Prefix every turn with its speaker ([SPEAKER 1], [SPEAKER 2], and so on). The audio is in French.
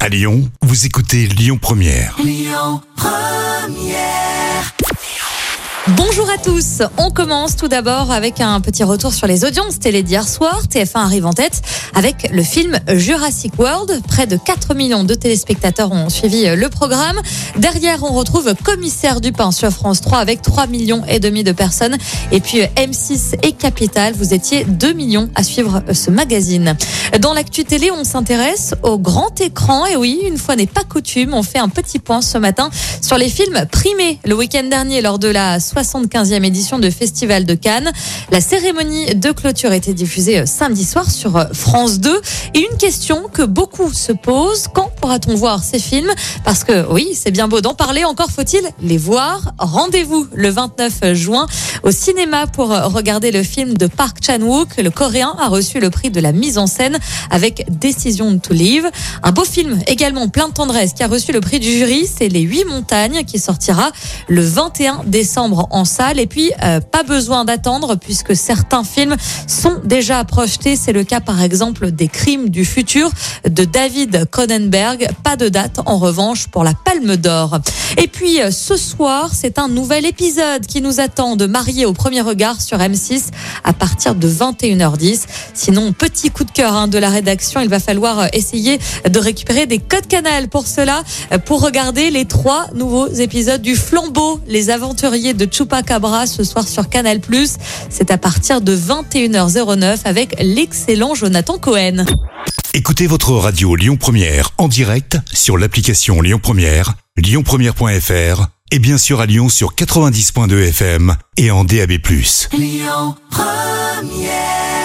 [SPEAKER 1] À Lyon, vous écoutez Lyon Première.
[SPEAKER 2] Lyon Première.
[SPEAKER 3] Bonjour à tous, on commence tout d'abord avec un petit retour sur les audiences télé d'hier soir. TF1 arrive en tête avec le film Jurassic World. Près de 4 millions de téléspectateurs ont suivi le programme. Derrière, on retrouve Commissaire Dupin sur France 3 avec 3,5 millions de personnes. Et puis M6 et Capital, vous étiez 2 millions à suivre ce magazine. Dans l'actu télé, on s'intéresse au grand écran. Et oui, une fois n'est pas coutume, on fait un petit point ce matin sur les films primés le week-end dernier lors de la 75e édition de Festival de Cannes. La cérémonie de clôture était diffusée samedi soir sur France 2. Et une question que beaucoup se posent, quand pourra-t-on voir ces films? Parce que oui, c'est bien beau d'en parler, encore faut-il les voir. Rendez-vous le 29 juin au cinéma pour regarder le film de Park Chan-wook. Le Coréen a reçu le prix de la mise en scène avec Decision to Live. Un beau film également plein de tendresse qui a reçu le prix du jury, c'est Les 8 montagnes qui sortira le 21 décembre en salle. Et puis, pas besoin d'attendre puisque certains films sont déjà projetés. C'est le cas par exemple des Crimes du futur de David Cronenberg. Pas de date en revanche pour la Palme d'Or. Et puis ce soir, c'est un nouvel épisode qui nous attend de Mariés au premier regard sur M6 à partir de 21h10. Sinon, petit coup de cœur de la rédaction, il va falloir essayer de récupérer des codes Canal pour cela, pour regarder les 3 nouveaux épisodes du Flambeau, les aventuriers de Chupacabra ce soir sur Canal+. C'est à partir de 21h09 avec l'excellent Jonathan Cohen.
[SPEAKER 1] Écoutez votre radio Lyon Première en direct sur l'application Lyon Première, lyonpremière.fr et bien sûr à Lyon sur 90.2 FM et en DAB+.
[SPEAKER 2] Lyon Première.